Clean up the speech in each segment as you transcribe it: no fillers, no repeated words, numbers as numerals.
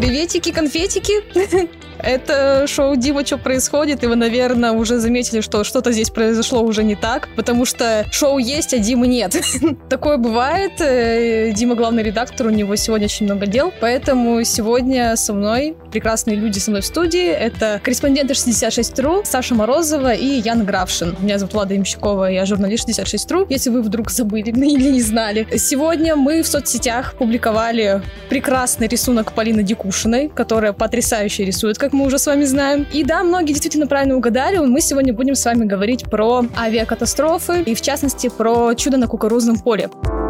Приветики, конфетики. Это шоу «Дима, что происходит?» И вы, наверное, уже заметили, что что-то здесь произошло уже не так, потому что шоу есть, а Димы нет. Такое бывает. Дима главный редактор, у него сегодня очень много дел, поэтому сегодня со мной прекрасные люди со мной в студии. Это корреспонденты 66.ru, Саша Морозова и Ян Графшин. Меня зовут Влада Ямщикова, я журналист 66.ru, если вы вдруг забыли или не знали. Сегодня мы в соцсетях публиковали прекрасный рисунок Полины Дикушиной, которая потрясающе рисует, как мы уже с вами знаем. И да, многие действительно правильно угадали. Мы сегодня будем с вами говорить про авиакатастрофы и, в частности, про чудо на кукурузном поле.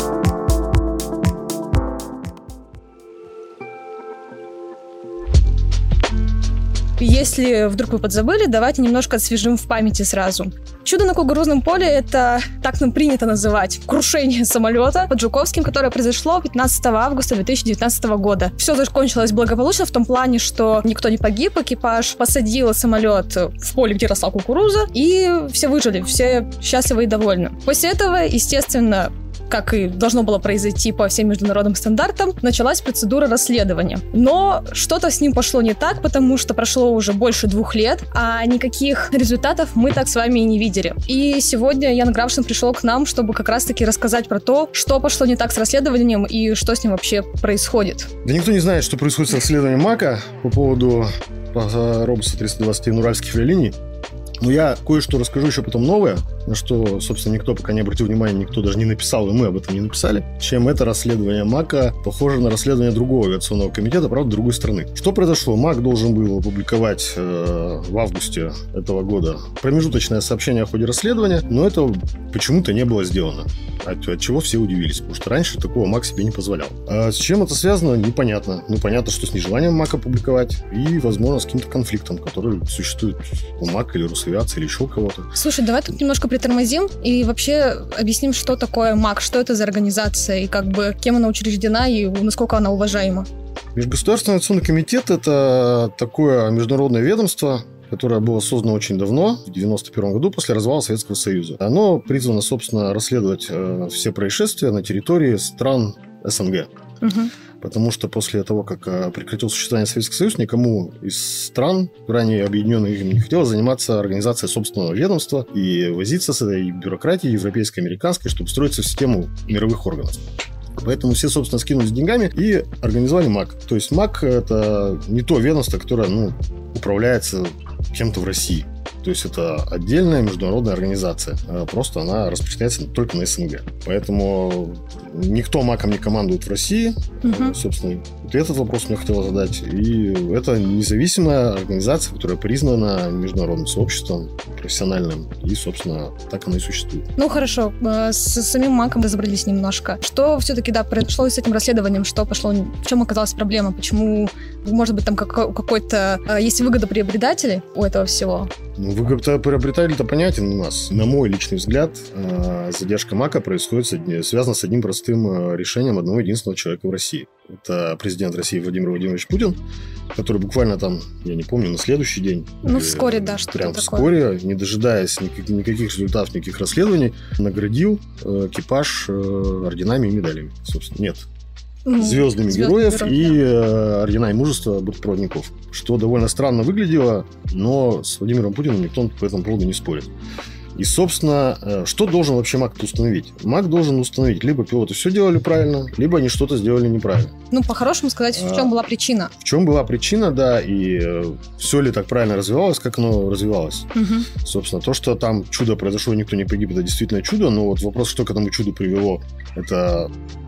Если вдруг вы подзабыли, давайте немножко освежим в памяти сразу. Чудо на кукурузном поле — это, так нам принято называть, крушение самолета под Жуковским, которое произошло 15 августа 2019 года. Все закончилось благополучно в том плане, что никто не погиб, экипаж посадил самолет в поле, где росла кукуруза, и все выжили, все счастливы и довольны. После этого, естественно, как и должно было произойти по всем международным стандартам, началась процедура расследования. Но что-то с ним пошло не так, потому что прошло уже больше 2 лет, а никаких результатов мы так с вами и не видели. И сегодня Ян Графшин пришел к нам, чтобы как раз-таки рассказать про то, что пошло не так с расследованием и что с ним вообще происходит. Да никто не знает, что происходит с расследованием МАКа по поводу Робуса 327 уральских авиалиний. Но я кое-что расскажу еще потом новое, на что, собственно, никто пока не обратил внимания, никто даже не написал, и мы об этом не написали, чем это расследование МАКа похоже на расследование другого авиационного комитета, правда, другой страны. Что произошло? МАК должен был опубликовать в августе этого года промежуточное сообщение о ходе расследования, но это почему-то не было сделано. От чего все удивились, потому что раньше такого МАК себе не позволял. А с чем это связано, непонятно. Ну, понятно, что с нежеланием МАКа публиковать и, возможно, с каким-то конфликтом, который существует у МАКа или Росавиации или еще у кого-то. Слушай, давай тут немножко притормозим и вообще объясним, что такое МАК, что это за организация и как бы кем она учреждена и насколько она уважаема. Межгосударственный авиационный комитет – это такое международное ведомство, которое было создано очень давно, в 1991 году, после развала Советского Союза. Оно призвано, собственно, расследовать все происшествия на территории стран СНГ. Потому что после того, как прекратил существование Советский Союз, никому из стран, ранее объединенных им, не хотелось заниматься организацией собственного ведомства и возиться с этой бюрократией европейской, американской, чтобы встроиться в систему мировых органов. Поэтому все, собственно, скинулись деньгами и организовали МАК. То есть МАК – это не то ведомство, которое управляется кем-то в России. То есть это отдельная международная организация. Просто она распространяется только на СНГ. Поэтому никто МАКом не командует в России. Собственно, вот этот вопрос мне хотелось задать. И это независимая организация, которая признана международным сообществом, профессиональным. И, собственно, так она и существует. Ну, хорошо. С самим МАКом разобрались немножко. Что все-таки, произошло с этим расследованием? Что пошло? В чем оказалась проблема? Почему, может быть, там какой-то... Есть выгодоприобретатели у этого всего? Ну, выгодоприобретатель-то понятен у нас. На мой личный взгляд, задержка МАКа связана с одним простым решением одного единственного человека в России. Это президент России Владимир Владимирович Путин, который буквально там, я не помню, на следующий день... вскоре, да, что-то прям такое. Вскоре, не дожидаясь никаких результатов, никаких расследований, наградил экипаж орденами и медалями. Собственно, нет. Звездами героев и ордена и мужества бортпроводников. Что довольно странно выглядело, но с Владимиром Путиным никто по этому поводу не спорит. И, собственно, что должен вообще МАК установить? МАК должен установить, либо пилоты все делали правильно, либо они что-то сделали неправильно. Ну, по-хорошему сказать, в чем была причина. В чем была причина, да, и все ли так правильно развивалось, как оно развивалось. Собственно, то, что там чудо произошло, никто не погиб, это действительно чудо, но вот вопрос, что к этому чуду привело, это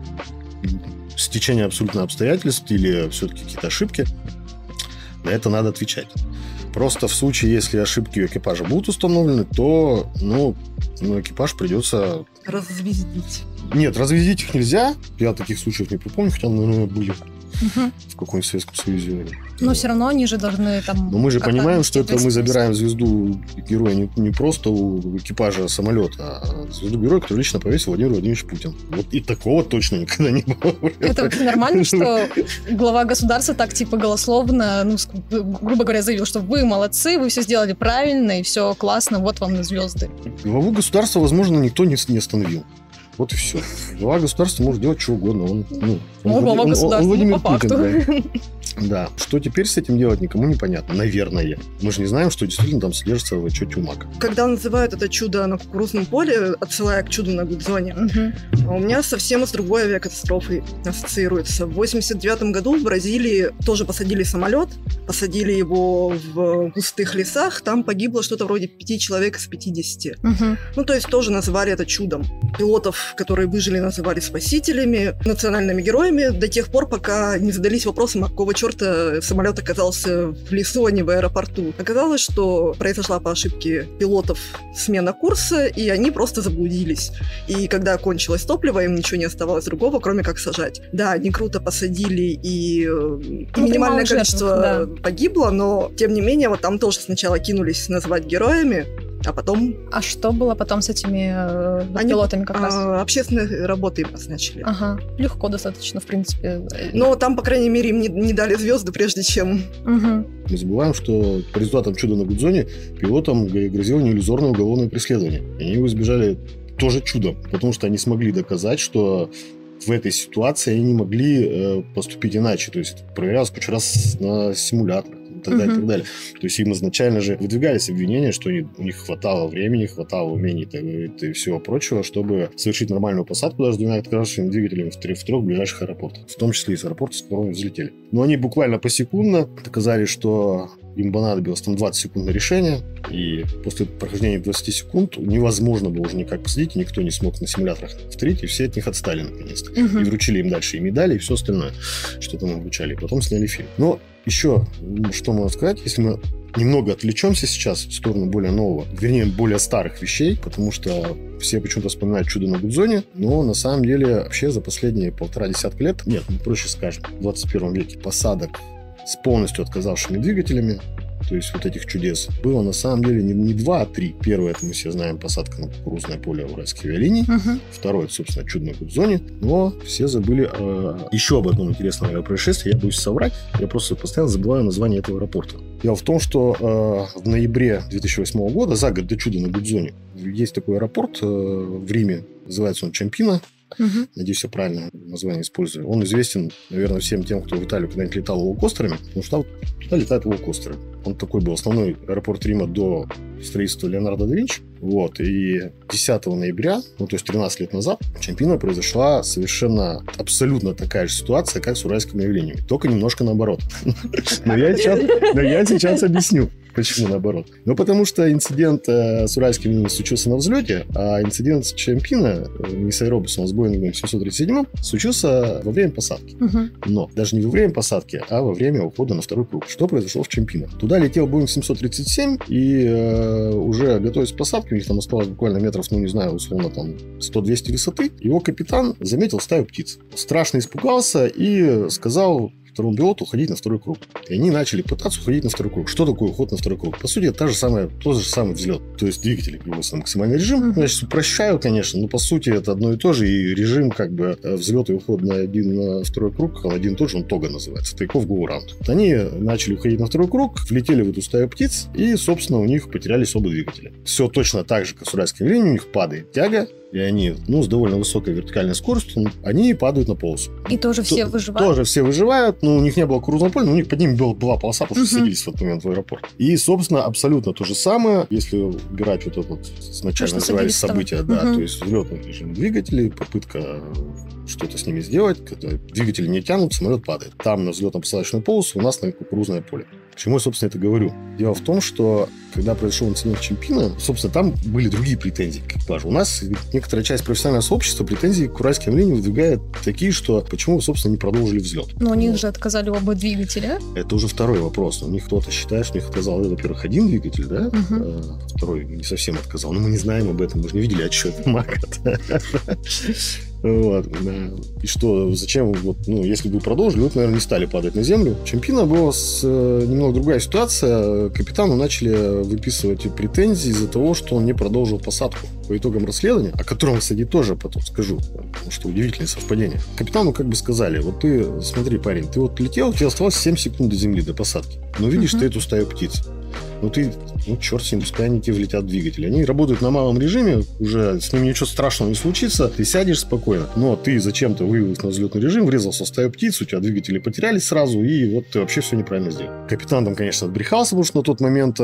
стечение абсолютно обстоятельств или все-таки какие-то ошибки, на это надо отвечать. Просто в случае, если ошибки у экипажа будут установлены, то, экипаж придется... Развездить. Нет, развездить их нельзя. Я таких случаев не припомню, хотя, наверное, были в каком-нибудь Советском Союзе. Но все равно они же должны там... Но мы же понимаем, что это мы забираем звезду героя не просто у экипажа самолета, а звезду героя, которую лично повесил Владимир Владимирович Путин. Вот и такого точно никогда не было. Это нормально, что глава государства так типа голословно, грубо говоря, заявил, что вы молодцы, вы все сделали правильно, и все классно, вот вам на звезды. Главу государства, возможно, никто не остановил. Вот и все. Глава государства может делать что угодно. Он глава государства, Владимир по факту. Путин, да. Да. Что теперь с этим делать, никому не понятно. Наверное. Мы же не знаем, что действительно там содержится в отчете УМАКа. Когда называют это чудо на кукурузном поле, отсылая к чуду на Гудзоне, у меня совсем с другой авиакатастрофой ассоциируется. В 1989 году в Бразилии тоже посадили самолет, посадили его в густых лесах, там погибло что-то вроде 5 человек из 50. Ну, то есть тоже называли это чудом. Пилотов, которые выжили, называли спасителями, национальными героями до тех пор, пока не задались вопросом, а какого черта самолет оказался в лесу, а не в аэропорту. Оказалось, что произошла по ошибке пилотов смена курса, и они просто заблудились. И когда кончилось топливо, им ничего не оставалось другого, кроме как сажать. Да, они круто посадили, и минимальное количество погибло, но, тем не менее, вот там тоже сначала кинулись называть героями, а потом... А что было потом с этими пилотами как раз? Общественные работы им назначили. Ага. Легко достаточно, в принципе. Но там, по крайней мере, им не дали звезды, прежде чем... Мы забываем, что по результатам чуда на Гудзоне пилотам грозило неиллюзорное уголовное преследование. Они его избежали тоже чудом, потому что они смогли доказать, что в этой ситуации они не могли поступить иначе. То есть проверялось кучу раз на симуляторах. И так далее, и так далее. То есть им изначально же выдвигались обвинения, что у них хватало времени, хватало умений и всего прочего, чтобы совершить нормальную посадку даже с двумя открывшими двигателями в трех ближайших аэропортах. В том числе и с аэропорта, с которого взлетели. Но они буквально посекундно доказали, что им понадобилось там 20 секунд на решение, и после прохождения 20 секунд невозможно было уже никак посадить, и никто не смог на симуляторах повторить, и все от них отстали наконец-то. И вручили им дальше и медали, и все остальное, что там обучали. И потом сняли фильм. Но еще, что можно сказать, если мы немного отвлечемся сейчас в сторону более нового, вернее, более старых вещей, потому что все почему-то вспоминают чудо на Гудзоне, но на самом деле вообще за последние 1,5 десятка лет, нет, мы проще скажем, в 21 веке посадок с полностью отказавшими двигателями, то есть вот этих чудес, было на самом деле не 2, а 3. Первое, это мы все знаем, посадка на кукурузное поле Уральских авиалиний. Второе, это, собственно, чудо на Гудзоне. Но все забыли еще об одном интересном авиапроисшествии. Я боюсь соврать. Я просто постоянно забываю название этого аэропорта. Дело в том, что в ноябре 2008 года, за год до чуда на Гудзоне, есть такой аэропорт в Риме. Называется он Чампино. Надеюсь, я правильно название использую. Он известен, наверное, всем тем, кто в Италию когда-нибудь летал лоукостерами, потому что туда летают лоукостеры. Он такой был основной аэропорт Рима до строительства Леонардо да Винчи. Вот. И 10 ноября, ну, то есть 13 лет назад, в Чампино произошла совершенно абсолютно такая же ситуация, как с уральскими авиалиниями. Только немножко наоборот. Но я сейчас объясню. Почему наоборот? Ну, потому что инцидент с уральскими авиалиниями случился на взлете, а инцидент с Чампино, не с аэробусом, а с Боингом 737, случился во время посадки. Но даже не во время посадки, а во время ухода на второй круг. Что произошло в Чампино? Туда летел Боинг 737, и уже готовясь к посадке, у них там осталось буквально метров, ну, не знаю, условно, там 100-200 высоты. Его капитан заметил стаю птиц. Страшно испугался и сказал второму пилоту уходить на второй круг. И они начали пытаться уходить на второй круг. Что такое уход на второй круг? По сути, это тот же самый взлет. То есть двигатели переводятся на максимальный режим. Я сейчас упрощаю, конечно, но по сути это одно и то же. И режим как бы взлета и ухода на второй круг, он один и тот же, он тога называется. Take-off, go round. Они начали уходить на второй круг, влетели в эту стаю птиц, и, собственно, у них потерялись оба двигателя. Все точно так же, как с уральскими авиалиниями, у них падает тяга, и они, с довольно высокой вертикальной скоростью, они падают на полосу. И тоже все выживают? Тоже все выживают, но у них не было кукурузного поля, но у них под ними была полоса, потому что садились в этот момент в аэропорт. И, собственно, абсолютно то же самое, если убирать вот это вот изначально назывались события, то есть взлетный режим двигателей, попытка что-то с ними сделать, когда двигатели не тянут, самолет падает. Там на взлетно-посадочную полосу у нас на кукурузное поле. К чему я, собственно, это говорю? Дело в том, что когда произошел инцидент в Чампино, собственно, там были другие претензии к экипажу. У нас некоторая часть профессионального сообщества претензий к уральским авиалиниям выдвигает такие, что почему вы, собственно, не продолжили взлет. Но у них же отказали оба двигателя. Это уже второй вопрос. У них кто-то считает, что у них отказал, во-первых, один двигатель, да? Второй не совсем отказал. Но мы не знаем об этом, мы же не видели отчет МАКа. Вот. И что, зачем, если бы продолжили, наверное, не стали падать на землю. В Чампино была немного другая ситуация. Капитану начали выписывать претензии из-за того, что он не продолжил посадку. По итогам расследования, о котором, кстати, тоже потом скажу, потому что удивительное совпадение. Капитану как бы сказали, вот ты, смотри, парень, ты вот летел, тебе осталось 7 секунд до земли, до посадки. Но видишь ты эту стаю птиц. черт с ним, пускай они тебе влетят в двигатель. Они работают на малом режиме, уже с ними ничего страшного не случится, ты сядешь спокойно. Но ты зачем-то вывел на взлетный режим, врезался в стаю птиц, у тебя двигатели потерялись сразу, и вот ты вообще все неправильно сделал. Капитан там, конечно, отбрехался, потому что на тот момент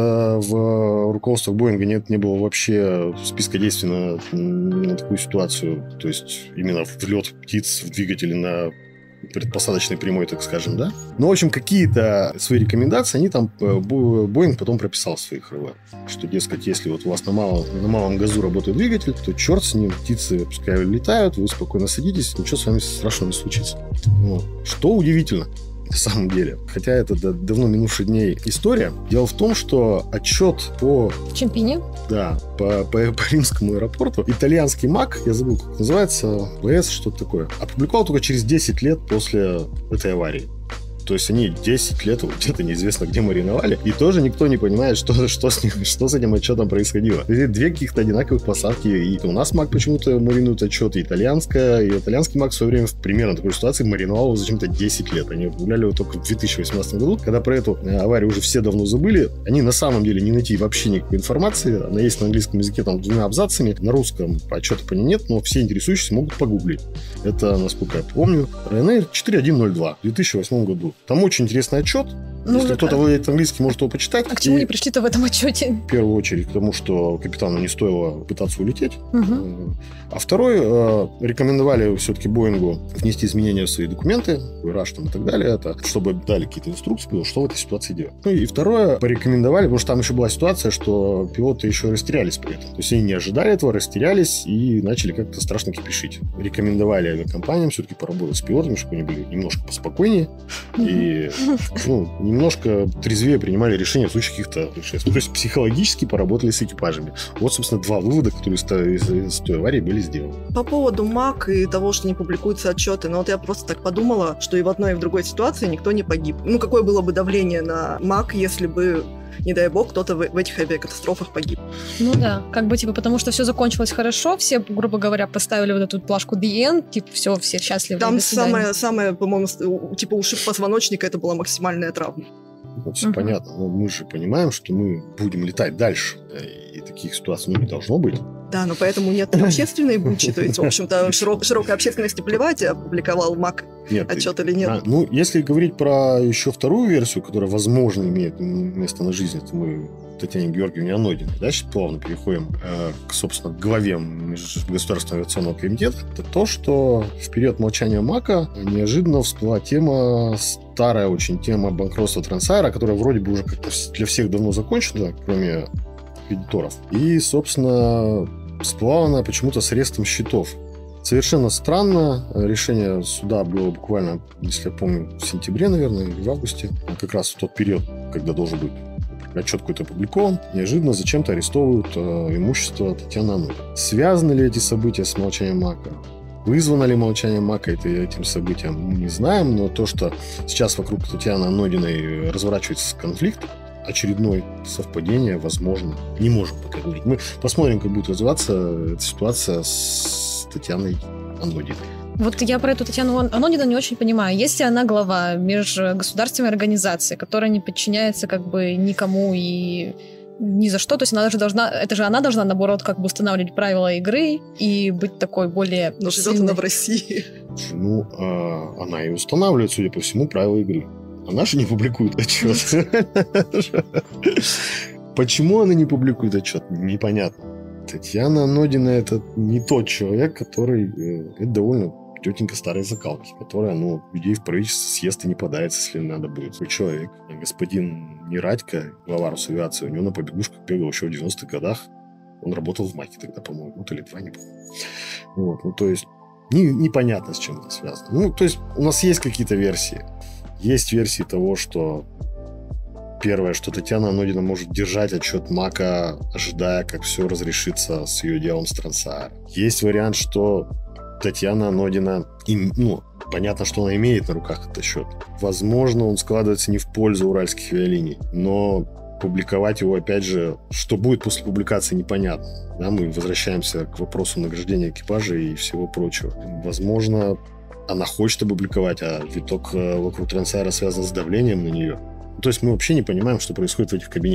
в руководствах Боинга не было вообще списка действий на такую ситуацию. То есть именно влет птиц в двигатели на предпосадочной прямой, так скажем, да. Но, в общем, какие-то свои рекомендации они там, Боинг потом прописал в своих РВ. Что, дескать, если вот у вас на малом газу работает двигатель, то черт с ним, птицы пускай летают, вы спокойно садитесь, ничего с вами страшного не случится. Вот. Что удивительно. На самом деле. Хотя это давно минувших дней история. Дело в том, что отчет по... Чемпини? Да, по римскому аэропорту. Итальянский МАК, я забыл, как называется, ВС, что-то такое, опубликовал только через 10 лет после этой аварии. То есть они 10 лет где-то неизвестно где мариновали, и тоже никто не понимает, что с этим отчетом происходило. Две каких-то одинаковых посадки, и у нас МАК почему-то маринует отчет, и итальянский МАК в свое время в примерно такой ситуации мариновал его зачем-то 10 лет. Они объявляли его только в 2018 году, когда про эту аварию уже все давно забыли. Они на самом деле не найти вообще никакой информации. Она есть на английском языке там 2 абзацами, на русском отчета по ней нет, но все интересующиеся могут погуглить. Это, насколько я помню, Ryanair 4102 в 2008 году. Там очень интересный отчет. Если кто-то владеет английским, может его почитать. А к чему не пришли-то в этом отчете? В первую очередь к тому, что капитану не стоило пытаться улететь. Угу. А второй, рекомендовали все-таки Боингу внести изменения в свои документы, РАШ там и так далее, чтобы дали какие-то инструкции, что в этой ситуации делать. Ну и второе, порекомендовали, потому что там еще была ситуация, что пилоты еще растерялись при этом. То есть они не ожидали этого, растерялись и начали как-то страшно кипишить. Рекомендовали авиакомпаниям все-таки поработать с пилотами, чтобы они были немножко поспокойнее и немножко трезвее принимали решения в случае каких-то происшествий. То есть психологически поработали с экипажами. Вот, собственно, 2 вывода, которые из той аварии были сделаны. По поводу МАК и того, что не публикуются отчеты, вот я просто так подумала, что и в одной, и в другой ситуации никто не погиб. Какое было бы давление на МАК, если бы, не дай бог, кто-то в этих авиакатастрофах погиб. Ну да, потому что все закончилось хорошо, все, грубо говоря, поставили вот эту плашку The End, все счастливы. Там самое, по-моему, ушиб позвоночника, это была максимальная травма. Все понятно, но мы же понимаем, что мы будем летать дальше, и таких ситуаций не должно быть. Да, но поэтому нет общественной бучи, то есть, в общем-то, широкой общественности плевать, опубликовал МАК отчет или нет. Если говорить про еще вторую версию, которая, возможно, имеет место на жизни, то мы Татьяне Георгиевне Анодиной. Дальше плавно переходим собственно, к главе Государственного авиационного комитета. Это то, что в период молчания МАКа неожиданно всплыла старая очень тема банкротства Трансайра, которая вроде бы уже как-то для всех давно закончена, кроме кредиторов. И, собственно, всплыла она почему-то с арестом счетов. Совершенно странно. Решение суда было буквально, если я помню, в сентябре, наверное, или в августе. Как раз в тот период, когда должен быть отчет какой-то опубликован. Неожиданно зачем-то арестовывают имущество Татьяны Анодиной. Связаны ли эти события с молчанием МАКа? Вызвано ли молчание МАКа этим событием, мы не знаем. Но то, что сейчас вокруг Татьяны Анодиной разворачивается конфликт, очередное совпадение, возможно, не можем пока говорить. Мы посмотрим, как будет развиваться эта ситуация с Татьяной Анодиной. Вот я про эту Татьяну Анодину не очень понимаю. Если она глава межгосударственной организации, которая не подчиняется никому и ни за что, то есть она должна, наоборот, устанавливать правила игры и быть такой более Но живет она в России. Она и устанавливает, судя по всему, правила игры. Она же не публикует отчет. Почему она не публикует отчет? Непонятно. Татьяна Анодина — это не тот человек, который... Это довольно тетенька старой закалки, которая, людей в правительство съест и не подается, если надо будет. Такой человек. Господин Нерадько, глава Росавиации, у него на побегушках бегал еще в 90-х годах. Он работал в МАКе тогда, по-моему, или 2, не помню. То есть, непонятно, с чем это связано. То есть, у нас есть какие-то версии. Есть версии того, что первое, что Татьяна Анодина может держать отчет МАКа, ожидая, как все разрешится с ее делом с Трансайр. Есть вариант, что Татьяна Анодина, понятно, что она имеет на руках этот отчет. Возможно, он складывается не в пользу уральских авиалиний, но публиковать его, опять же, что будет после публикации, непонятно. Да, мы возвращаемся к вопросу награждения экипажа и всего прочего. Возможно, она хочет опубликовать, а виток вокруг Трансайра связан с давлением на нее. То есть мы вообще не понимаем, что происходит в этих кабинетах.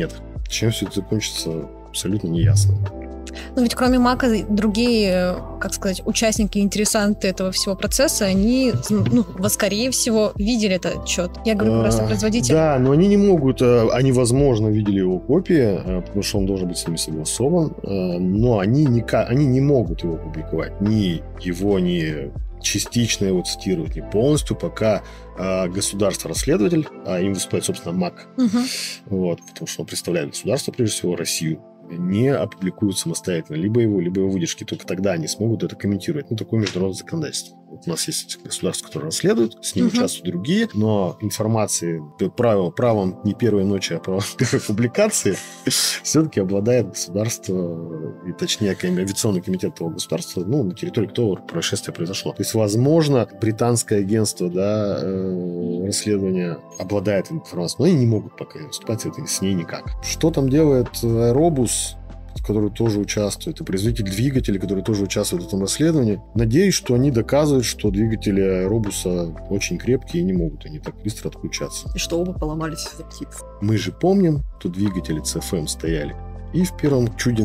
Чем все это закончится, абсолютно неясно. Но ведь кроме Мака другие, как сказать, участники, интересанты этого всего процесса, они, скорее всего, видели этот отчет. Я говорю просто производитель. Да, но они не могут, они, возможно, видели его копии, потому что он должен быть с ними согласован, но они не могут его публиковать. Ни его, ни частично его цитировать, не полностью, пока государство-расследователь, а им выступает, собственно, МАК, вот, потому что он представляет государство, прежде всего, Россию, не опубликуют самостоятельно либо его выдержки, только тогда они смогут это комментировать. Такое международное законодательство. Вот у нас есть государства, которые расследуют, с ним участвуют другие, но информации правом не первой ночи, а правом первой публикации все-таки обладает государство, и точнее авиационный комитет того государства, на территории которого происшествие произошло. То есть, возможно, британское агентство расследования обладает информацией, но они не могут пока выступать с ней никак. Что там делает Airbus, который тоже участвует, и производитель двигателей, который тоже участвует в этом расследовании? Надеюсь, что они доказывают, что двигатели Airbus очень крепкие и не могут они так быстро отключаться. И что оба поломались из-за птиц. Мы же помним, что двигатели CFM стояли и в первом чуде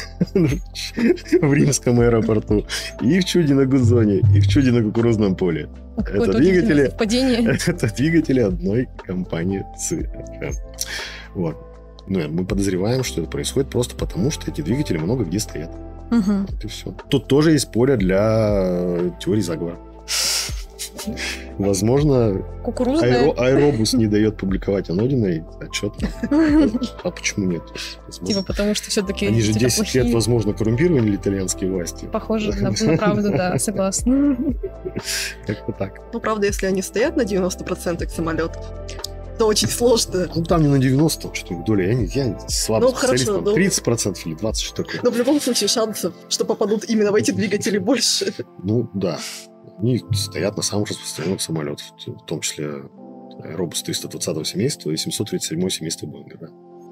в римском аэропорту, и в чуде на Гудзоне, и в чуде на кукурузном поле. Это двигатели одной компании CFM. Вот. Мы подозреваем, что это происходит просто потому, что эти двигатели много где стоят. Вот и все. Тут тоже есть поле для теории заговора. Возможно, Airbus не дает публиковать Анодиной отчет. А почему нет? Потому что все-таки они же 10 лет, возможно, коррумпировали итальянские власти. Похоже на правду, да, согласна. Как-то так. Правда, если они стоят на 90% самолетов, это очень сложно. Там не на 90, что-то доля. Я слабый специалист. Хорошо, 30% или 20%, что такое. Но в любом случае шансов, что попадут именно в эти двигатели, больше. Да. Они стоят на самых распространенных самолетах, в том числе Airbus 320 семейства и 737 семейства Боинга. Да.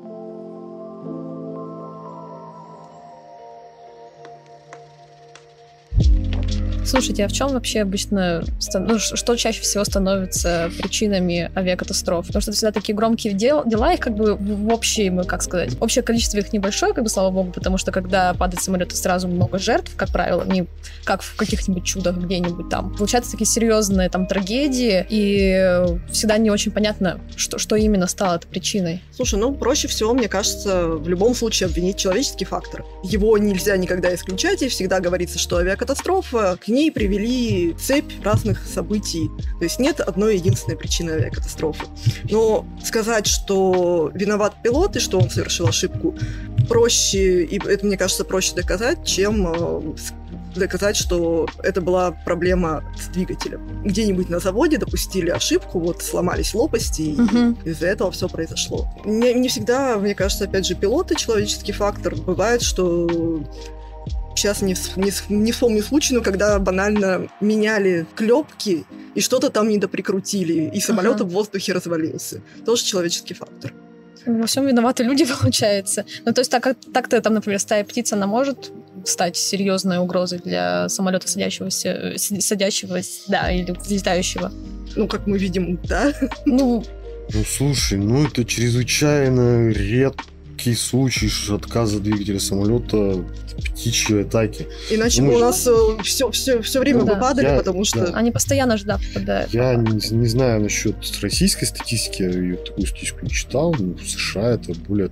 Слушайте, а в чем вообще обычно, что чаще всего становится причинами авиакатастроф? Потому что это всегда такие громкие дела, их в общем, общее количество их небольшое, слава богу, потому что когда падает самолет, то сразу много жертв, как правило, не как в каких-нибудь чудах где-нибудь там. Получаются такие серьезные трагедии, и всегда не очень понятно, что именно стало этой причиной. Слушай, проще всего, мне кажется, в любом случае обвинить человеческий фактор. Его нельзя никогда исключать, и всегда говорится, что авиакатастрофа, к ней привели цепь разных событий. То есть нет одной единственной причины авиакатастрофы. Но сказать, что виноват пилот и что он совершил ошибку, проще, и это, мне кажется, проще доказать, чем доказать, что это была проблема с двигателем. Где-нибудь на заводе допустили ошибку, сломались лопасти, и из-за этого все произошло. Не всегда, мне кажется, опять же, пилоты человеческий фактор. Бывает, что сейчас не вспомню случай, но когда банально меняли клепки и что-то там недоприкрутили, и самолет в воздухе развалился. Тоже человеческий фактор. Во всем виноваты люди, получается. То есть так-то там, например, стая птиц, она может стать серьезной угрозой для самолета садящегося, да, или взлетающего. Как мы видим, да. Слушай, это чрезвычайно редкий случай отказа двигателя самолета птичьей атаки. Иначе бы у нас все время бы падали, потому что... Они постоянно же, попадают. Я не знаю насчет российской статистики, я такую статистику не читал, но в США это более,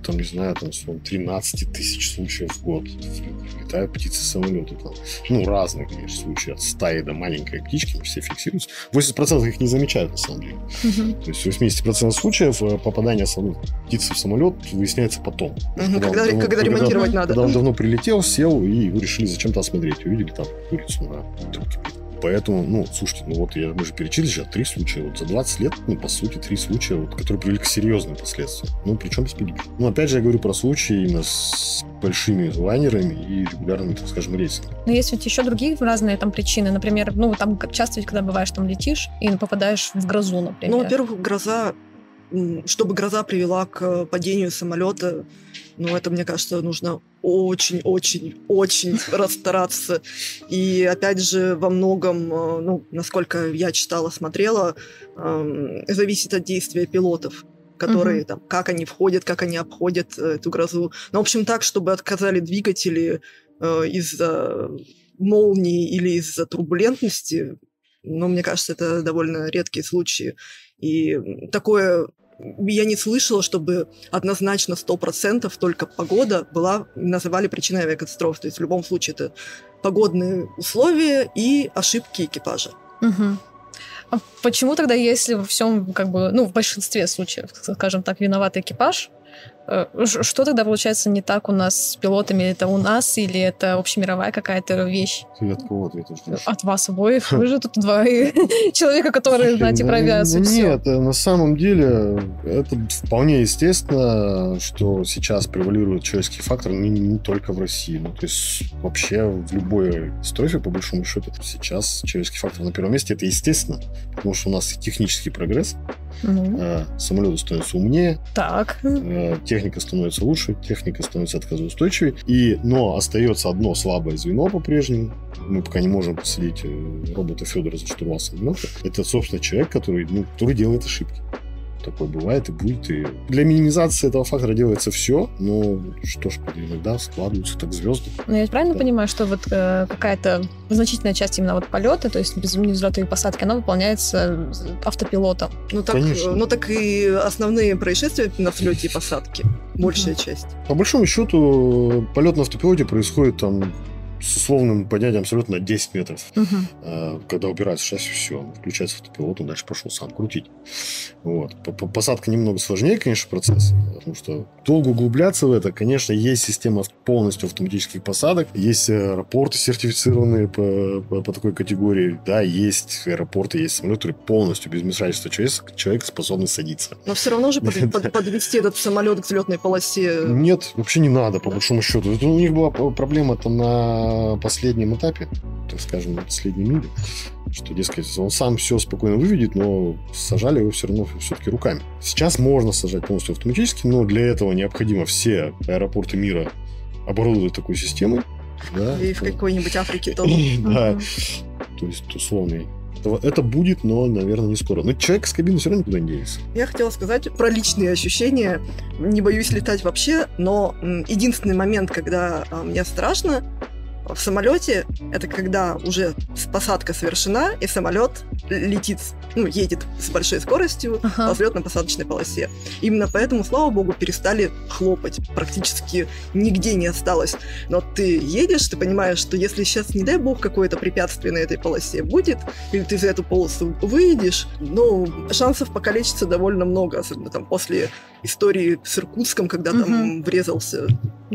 13 тысяч случаев в год. Летают птицы самолеты. Разные, конечно, случаи. От стаи до маленькой птички все фиксируются. 80% их не замечают, на самом деле. То есть в 80% случаев попадание птицы в самолет выясняется потом. Когда ремонтировать надо. Когда он давно прилетел, сел, и его решили зачем-то осмотреть. Увидели там курицу на трубке. Поэтому, слушайте, мы же перечислили сейчас 3 случая. За 20 лет, по сути, 3 случая, которые привели к серьезным последствиям. Причем без погибших. Опять же, я говорю про случаи именно с большими лайнерами и регулярными, так скажем, рейсами. Но есть ведь еще другие разные причины. Например, там часто ведь, когда бываешь, летишь и попадаешь в грозу, например. Во-первых, чтобы гроза привела к падению самолета, это, мне кажется, нужно очень-очень-очень расстараться. И, опять же, во многом, насколько я читала, смотрела, зависит от действия пилотов. которые там, как они входят, как они обходят эту грозу. Ну, в общем, так, чтобы отказали двигатели из-за молнии или из-за турбулентности, но мне кажется, это довольно редкие случаи. И такое я не слышала, чтобы однозначно 100% только погода называли причиной авиакатастроф. То есть в любом случае это погодные условия и ошибки экипажа. А почему тогда, если во всем, в большинстве случаев, скажем так, виноват экипаж, что тогда получается не так у нас с пилотами? Это у нас или это общемировая какая-то вещь? Ты от кого ответишь? От вас обоих. Вы же тут два человека, которые, знаете, про авиацию. Нет, на самом деле это вполне естественно, что сейчас превалирует человеческий фактор не только в России. То есть вообще в любой катастрофе, по большому счету, сейчас человеческий фактор на первом месте. Это естественно, потому что у нас технический прогресс, самолеты становятся умнее, техника становится лучше, техника становится отказоустойчивее, но остается одно слабое звено по-прежнему. Мы пока не можем посадить робота Федора за штурвал самолета. Это, собственно, человек, который делает ошибки. Такое бывает и будет. И для минимизации этого фактора делается все, но что ж, иногда складываются так звезды. Но я правильно понимаю, что вот какая-то значительная часть именно полета, то есть без взлета и посадки, она выполняется автопилотом? Так и основные происшествия на взлете и посадке. Большая часть. По большому счету, полет на автопилоте происходит с условным поднятием абсолютно на 10 метров. Когда убирается шасси, все, включается автопилот, он дальше пошел сам крутить. Посадка немного сложнее, конечно, процесс, потому что долго углубляться в это, конечно, есть система полностью автоматических посадок, есть аэропорты, сертифицированные по такой категории, да, есть аэропорты, есть самолеты, которые полностью без вмешательства человека способны садиться. Но все равно же подвести этот самолет к взлетной полосе... Нет, вообще не надо, по большому счету. Это у них была проблема на последнем этапе, так скажем, на последней миле, что, дескать, он сам все спокойно выведет, но сажали его все равно все-таки руками. Сейчас можно сажать полностью автоматически, но для этого необходимо все аэропорты мира оборудовать такой системой. Да, и в какой-нибудь Африке тоже. Да, то есть условный. Это будет, но, наверное, не скоро. Но человек с кабины все равно никуда не денется. Я хотела сказать про личные ощущения. Не боюсь летать вообще, но единственный момент, когда мне страшно в самолете, это когда уже посадка совершена, и самолет летит, едет с большой скоростью по взлетно-посадочной полосе. Именно поэтому, слава богу, перестали хлопать. Практически нигде не осталось. Но ты едешь, ты понимаешь, что если сейчас, не дай бог, какое-то препятствие на этой полосе будет, или ты за эту полосу выйдешь, шансов покалечиться довольно много, особенно там после истории с Иркутском, когда там врезался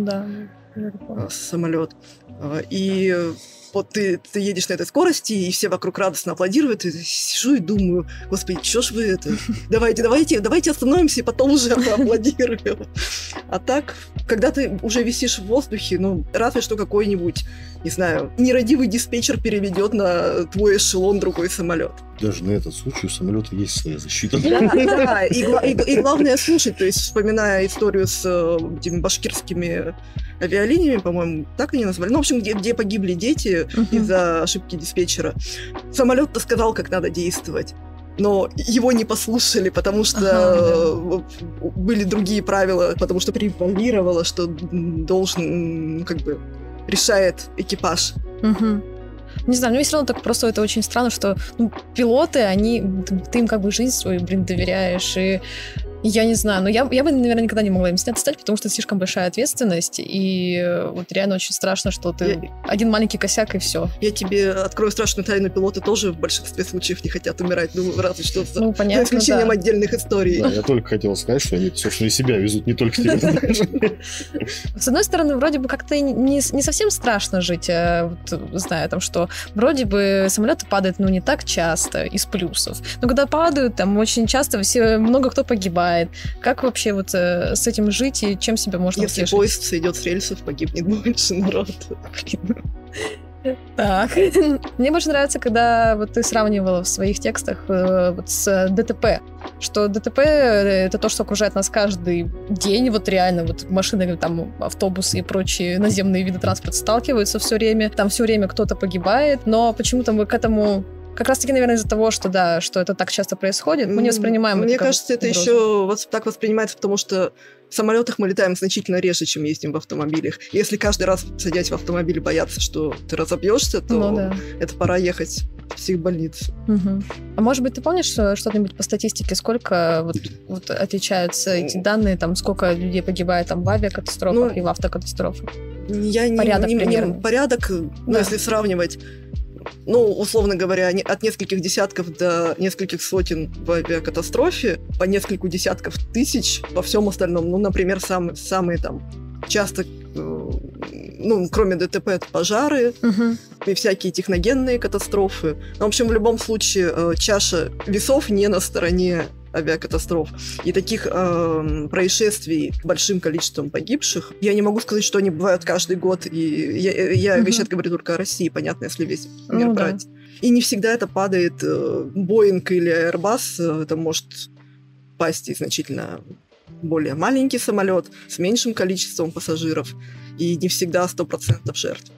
самолет. И вот ты едешь на этой скорости, и все вокруг радостно аплодируют, и сижу и думаю, господи, что ж вы это? Давайте остановимся, и потом уже аплодируем. А так, когда ты уже висишь в воздухе, разве что какой-нибудь, не знаю, нерадивый диспетчер переведет на твой эшелон другой самолет. Даже на этот случай у самолета есть своя защита. Да, и главное слушать, то есть вспоминая историю с этими башкирскими авиалиниями, по-моему, так они назвали. В общем, где погибли дети из-за ошибки диспетчера. Самолет-то сказал, как надо действовать. Но его не послушали, потому что были другие правила, потому что превалировало, что должен, решает экипаж. Не знаю, мне все равно так просто это очень странно, что пилоты, ты им жизнь свою, доверяешь, и я не знаю, но я бы, наверное, никогда не могла им сняться стать, потому что это слишком большая ответственность, и реально очень страшно, что ты один маленький косяк, и все. Я тебе открою страшную тайну, пилоты тоже в большинстве случаев не хотят умирать, разве что за исключением отдельных историй. Да, я только хотела сказать, что они, собственно, и себя везут, не только тебя. С одной стороны, вроде бы как-то не совсем страшно жить, зная там, что вроде бы самолеты падают, не так часто, из плюсов. Но когда падают, там очень часто много кто погибает. Как вообще с этим жить и чем себя можно утешить? Если поезд сойдет с рельсов, погибнет больше народ. Так. Мне больше нравится, когда ты сравнивала в своих текстах с ДТП. Что ДТП — это то, что окружает нас каждый день. Реально, машины, автобусы и прочие наземные виды транспорта сталкиваются все время. Там все время кто-то погибает. Но почему-то мы к как раз-таки, наверное, из-за того, что, да, что это так часто происходит, мы не воспринимаем это. Мне кажется, это еще так воспринимается, потому что в самолетах мы летаем значительно реже, чем ездим в автомобилях. Если каждый раз, садясь в автомобиль, бояться, что ты разобьешься, то это пора ехать в психбольницу. Угу. А может быть, ты помнишь что-нибудь по статистике, сколько вот отличаются эти данные, там, сколько людей погибает там, в авиакатастрофах и в автокатастрофах? Порядок, если сравнивать, условно говоря, от нескольких десятков до нескольких сотен в авиакатастрофе, по нескольку десятков тысяч во всем остальном. Например, самые там часто, кроме ДТП, это пожары и всякие техногенные катастрофы. В общем, в любом случае, чаша весов не на стороне авиакатастроф. И таких происшествий с большим количеством погибших, я не могу сказать, что они бывают каждый год. И я сейчас говорю только о России, понятно, если весь мир брать. Да. И не всегда это падает Боинг или Airbus. Это может пасть и значительно более маленький самолет с меньшим количеством пассажиров. И не всегда 100% жертв.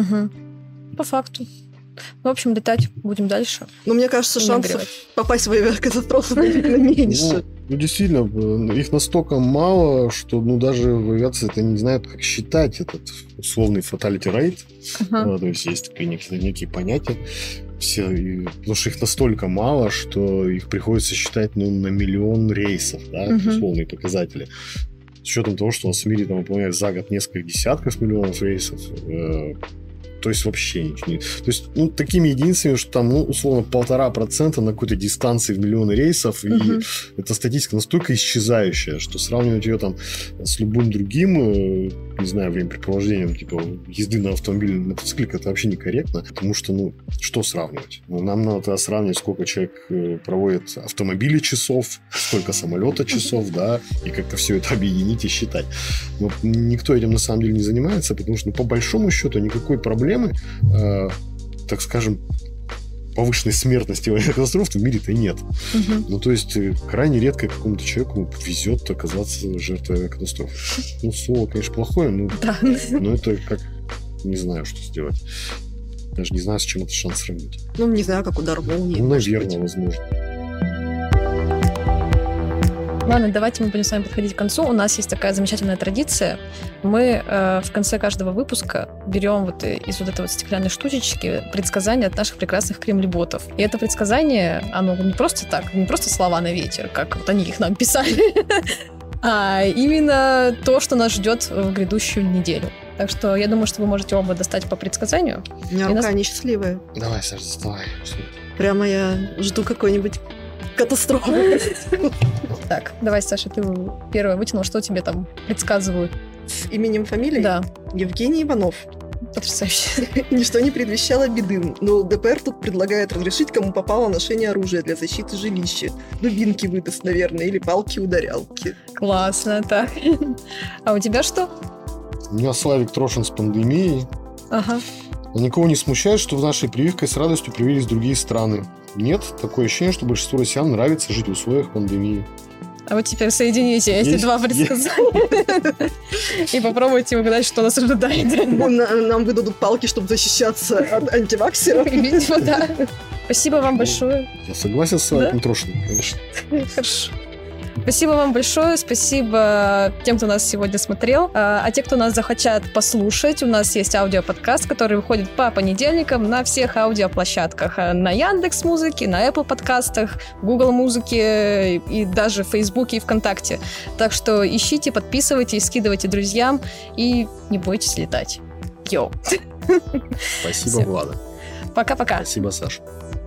По факту. В общем, летать будем дальше. Мне кажется, шансов попасть в авиакатастрофу значительно меньше. Действительно, их настолько мало, что даже в авиации это не знают, как считать этот условный fatality rate. То есть такие некие понятия. Потому что их настолько мало, что их приходится считать на миллион рейсов, условные показатели. С учетом того, что у нас в мире выполняют за год несколько десятков миллионов рейсов, то есть вообще ничего нет. То есть, такими единицами, что там, условно, 1,5% на какой-то дистанции в миллионы рейсов, и эта статистика настолько исчезающая, что сравнивать ее там с любым другим, не знаю, времяпрепровождением, типа езды на автомобиле, на мотоцикле, это вообще некорректно, потому что, что сравнивать? Нам надо тогда сравнивать, сколько человек проводит автомобили часов, сколько самолета часов, и как-то все это объединить и считать. Но никто этим на самом деле не занимается, потому что, по большому счету, никакой проблемы, так скажем, повышенной смертности авиакатастроф в мире-то нет. То есть крайне редко какому-то человеку везет оказаться жертвой авиакатастрофы. Слово, конечно, плохое, но это как... Не знаю, что сделать. Даже не знаю, с чем это шанс сравнить. Не знаю, как удар молнии. Наверное, возможно. Ладно, давайте мы будем с вами подходить к концу. У нас есть такая замечательная традиция. Мы в конце каждого выпуска берем из этой стеклянной штучечки предсказания от наших прекрасных кремлеботов. И это предсказание, оно не просто так, не просто слова на ветер, как они их нам писали, а именно то, что нас ждет в грядущую неделю. Так что я думаю, что вы можете оба достать по предсказанию. У меня рука несчастливая. Давай, Саша, доставай. Прямо я жду какой-нибудь катастрофы. Так, давай, Саша, ты первая вытянула, что тебе там предсказывают. С именем, фамилией? Да. Евгений Иванов. Потрясающе. Ничто не предвещало беды, но ДПР тут предлагает разрешить, кому попало, ношение оружия для защиты жилища. Дубинки выдаст, наверное, или палки-ударялки. Классно, так. А у тебя что? У меня Славик Трошин с пандемией. Ага. Никого не смущает, что в нашей прививкой с радостью привились другие страны. Нет, такое ощущение, что большинству россиян нравится жить в условиях пандемии. А вот теперь соедините эти два предсказания и попробуйте угадать, что нас ожидает. Нам выдадут палки, чтобы защищаться от антиваксеров. Видимо, да. Спасибо вам большое. Я согласен с Славиком Трошиным, конечно. Хорошо. Спасибо вам большое, спасибо тем, кто нас сегодня смотрел. А те, кто нас захотят послушать, у нас есть аудиоподкаст, который выходит по понедельникам на всех аудиоплощадках. На Яндекс.Музыке, на Apple подкастах, Google Музыке и даже в Фейсбуке и ВКонтакте. Так что ищите, подписывайтесь, скидывайте друзьям и не бойтесь летать. Йоу. Спасибо, Влада. Пока-пока. Спасибо, Саша.